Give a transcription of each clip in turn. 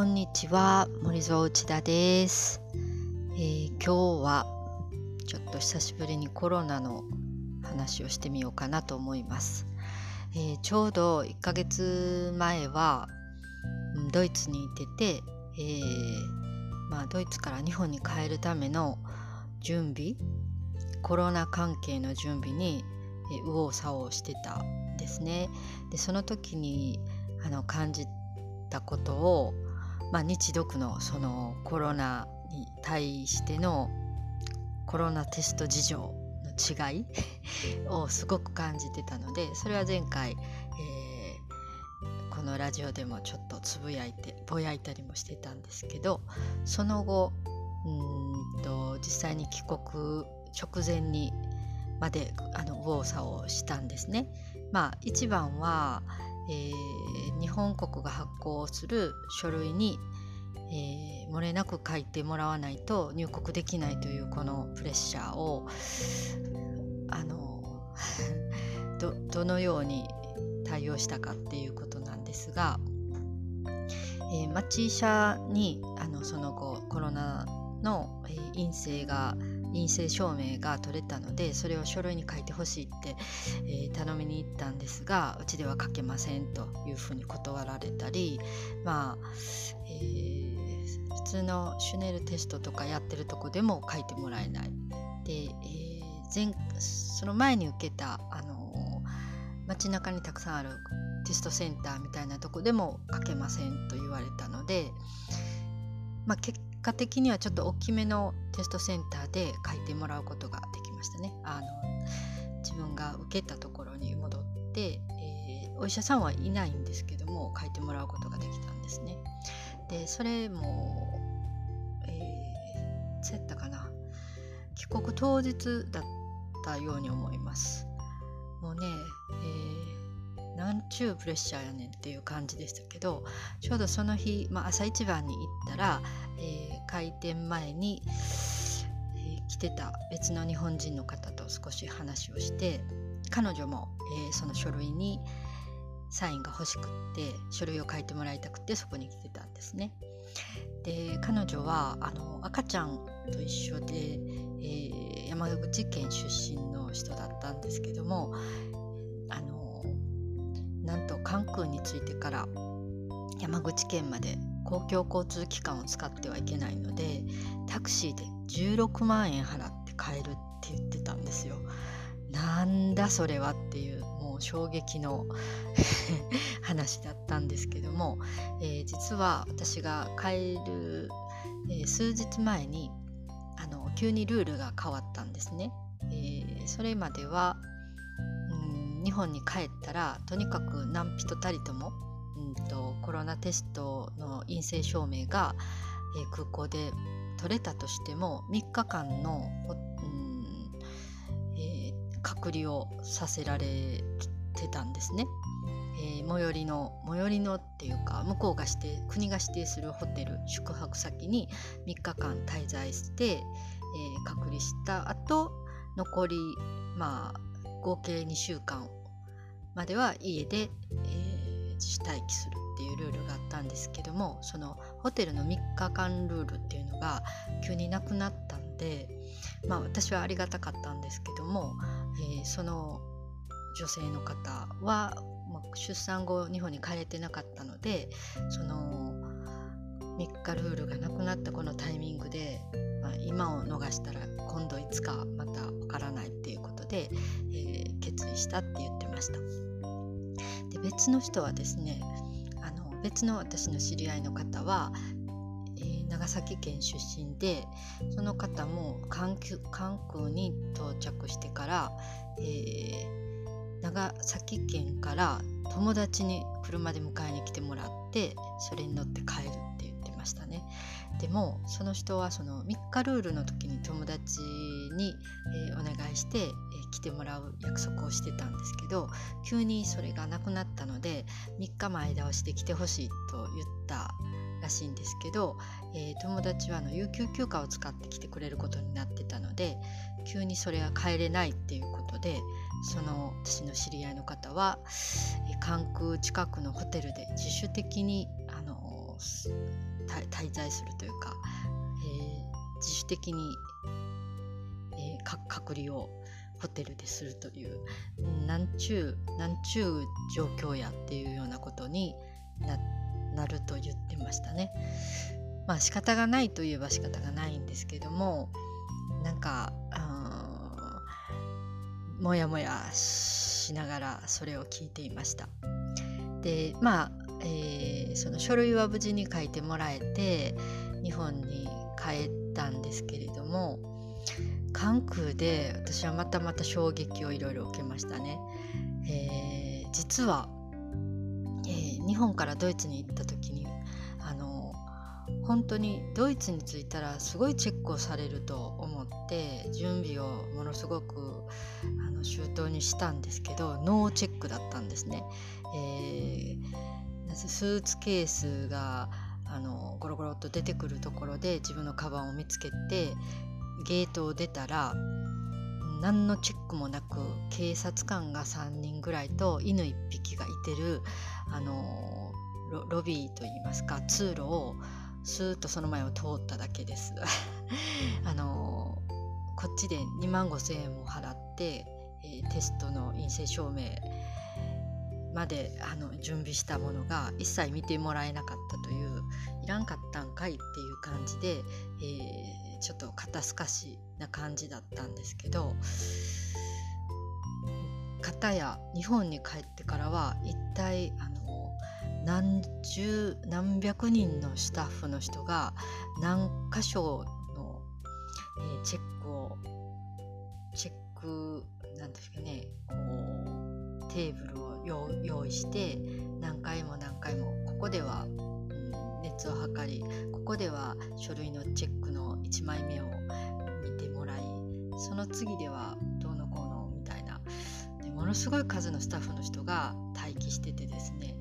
こんにちは、森蔵内田です。今日はちょっと久しぶりにコロナの話をしてみようかなと思います。ちょうど1ヶ月前はドイツにいてて、ドイツから日本に帰るための準備、コロナ関係の準備に右往左往してたんですね。でその時に感じたことを、日読のそのコロナに対してのコロナテスト事情の違いをすごく感じてたので、それは前回、このラジオでもちょっとつぶやいてぼやいたりもしてたんですけど、その後実際に帰国直前にまで右往左往したんですね。一番は日本国が発行する書類に、漏れなく書いてもらわないと入国できないというこのプレッシャーをどのように対応したかっていうことなんですが、町医者にその後コロナの陰性証明が取れたので、それを書類に書いてほしいって、頼みに行ったんですが、うちでは書けませんというふうに断られたり、普通のシュネルテストとかやってるとこでも書いてもらえないで、その前に受けた街中にたくさんあるテストセンターみたいなとこでも書けませんと言われたので、結果的にはちょっと大きめのテストセンターで書いてもらうことができましたね。自分が受けたところに戻って、お医者さんはいないんですけども書いてもらうことができたんですね。でそれもいつやったかな、帰国当日だったように思います。もうね、なんちゅうプレッシャーやねんっていう感じでしたけど、ちょうどその日、朝一番に行ったら、開店前に、来てた別の日本人の方と少し話をして、彼女も、その書類にサインが欲しくって書類を書いてもらいたくてそこに来てたんですね。で彼女は赤ちゃんと一緒で、山口県出身の人だったんですけども、なんと関空に着いてから山口県まで公共交通機関を使ってはいけないので、タクシーで16万円払って帰るって言ってたんですよ。なんだそれはっていう、もう衝撃の話だったんですけども、実は私が帰る、数日前に急にルールが変わったんですね。それまでは日本に帰ったらとにかく何人たりともコロナテストの陰性証明が、空港で取れたとしても3日間の、隔離をさせられてたんですね。最寄りのっていうか、向こうが国が指定するホテル宿泊先に3日間滞在して、隔離した後残り合計2週間までは家で、自主待機するっていうルールがあったんですけども、そのホテルの3日間ルールっていうのが急になくなったんで、私はありがたかったんですけども、その女性の方は、出産後日本に帰れてなかったので、その3日ルールがなくなったこのタイミングで、今を逃したら今度いつかまたわからないっていうことで、決意したって言ってました。で別の人はですね、別の私の知り合いの方は、長崎県出身で、その方も関空に到着してから、長崎県から友達に車で迎えに来てもらって、それに乗って帰るって言ってましたね。でもその人はその3日ルールの時に友達に、お願いして、来てもらう約束をしてたんですけど、急にそれがなくなったので3日前倒しで来てほしいと言ったらしいんですけど、友達は有給休暇を使って来てくれることになってたので、急にそれは帰れないっていうことで、その私の知り合いの方は、関空近くのホテルで自主的に滞在するというか、自主的に、隔離をホテルでするという、なんちゅう状況やっていうようなことになると言ってましたね。まあ仕方がないといえば仕方がないんですけども、なんかもやもやしながらそれを聞いていました。でその書類は無事に書いてもらえて日本に帰ったんですけれども、関空で私はまた衝撃をいろいろ受けましたね。実は、日本からドイツに行った時に本当にドイツに着いたらすごいチェックをされると思って準備をものすごく周到にしたんですけど、ノーチェックだったんですね。スーツケースがゴロゴロっと出てくるところで自分のカバンを見つけてゲートを出たら何のチェックもなく警察官が3人ぐらいと犬1匹がいてるロビーといいますか通路をスーッとその前を通っただけですこっちで25,000円も払って、テストの陰性証明まで準備したものが一切見てもらえなかったという、いらんかったんかいっていう感じで、ちょっと肩透かしな感じだったんですけど、片や日本に帰ってからは一体何百人のスタッフの人が何箇所の、チェックなんですかね、こうテーブルを用意して何回もここでは、熱を測り、ここでは書類のチェックの1枚目を見てもらい、その次ではどうのこうのみたいなで、ものすごい数のスタッフの人が待機しててですね、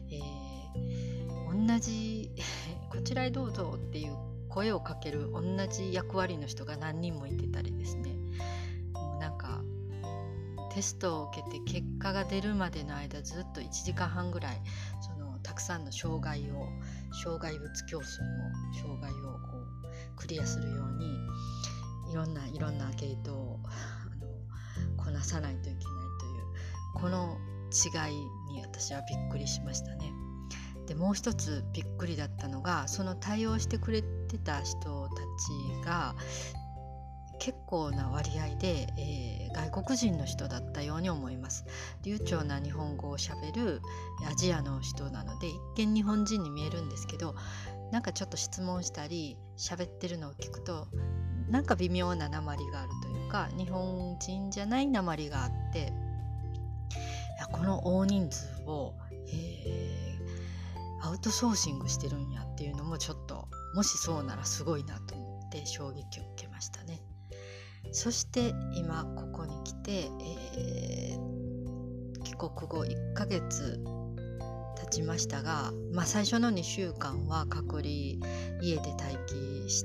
同じこちらへどうぞっていう声をかける同じ役割の人が何人もいてたりですね、もうなんかテストを受けて結果が出るまでの間ずっと1時間半ぐらいたくさんの障害物競争の障害をクリアするようにいろんなゲートをこなさないといけないというこの違いに私はびっくりしましたね。でもう一つびっくりだったのが、その対応してくれてた人たちが結構な割合で、外国人の人だったように思います。流暢な日本語をしゃべるアジアの人なので一見日本人に見えるんですけど、なんかちょっと質問したり喋ってるのを聞くとなんか微妙な訛りがあるというか、日本人じゃない訛りがあって、この大人数を、アウトソーシングしてるんやっていうのもちょっと、もしそうならすごいなと思って衝撃を受けましたね。そして今ここに来て、帰国後1ヶ月経ちましたが、最初の2週間は隔離家で待機して、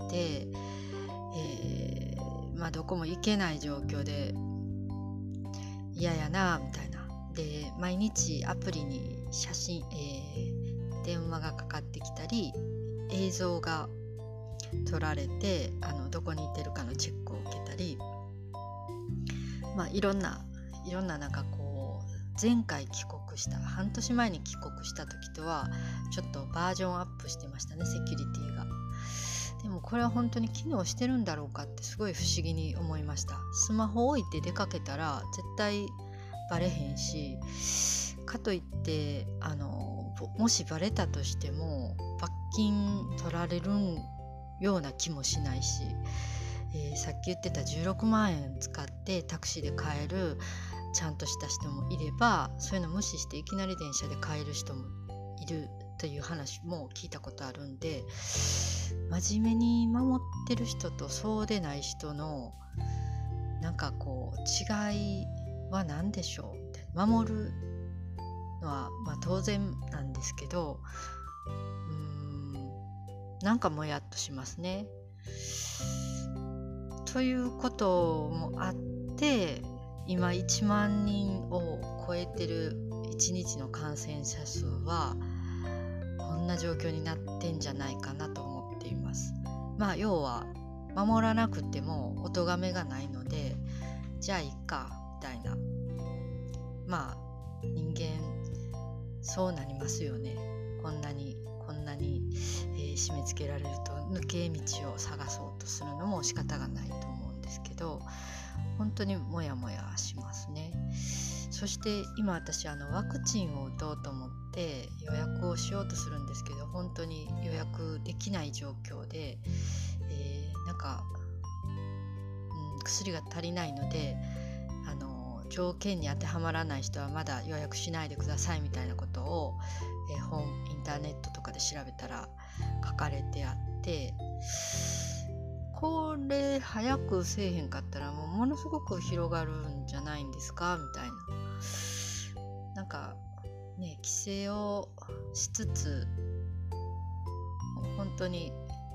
どこも行けない状況で嫌やなみたいなで、毎日アプリに写真、電話がかかってきたり映像が撮られてどこにいてるかのチェックを受けたり、いろんななんかこう前回帰国した半年前に帰国した時とはちょっとバージョンアップしてましたね、セキュリティが。でもこれは本当に機能してるんだろうかってすごい不思議に思いました。スマホ置いて出かけたら絶対バレへんし、かといってもしバレたとしても罰金取られるような気もしないし、さっき言ってた16万円使ってタクシーで帰るちゃんとした人もいれば、そういうの無視していきなり電車で帰る人もいるという話も聞いたことあるんで、真面目に守ってる人とそうでない人のなんかこう違いは何でしょうみたいな。守るのは当然なんですけど、なんかもやっとしますね。ということもあって、今1万人を超えてる1日の感染者数はこんな状況になってんじゃないかなと思っています。要は守らなくてもお咎めがないので、じゃあいっかみたいな、人間そうなりますよね。こんなに、締め付けられると抜け道を探そうとするのも仕方がないと思うんですけど、本当にモヤモヤしますね。そして今私ワクチンを打とうと思って予約をしようとするんですけど、本当に予約できない状況で、薬が足りないので条件に当てはまらない人はまだ予約しないでくださいみたいなことを、インターネットとかで調べたら書かれてあって、これ早くせえへんかったらものすごく広がるんじゃないんですかみたいな、規制をしつつ本当に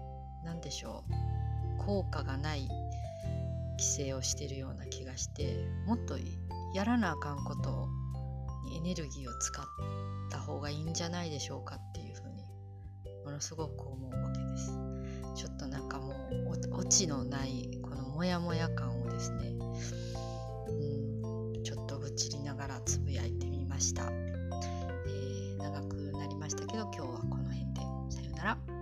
効果がない規制をしているような気がして、もっとやらなあかんことにエネルギーを使った方がいいんじゃないでしょうかっていうふうにものすごく思うわけです。ちょっともうオチのないこのモヤモヤ感をですね、ちょっと愚痴りながらつぶやいてみました。長くなりましたけど今日はこの辺でさよなら。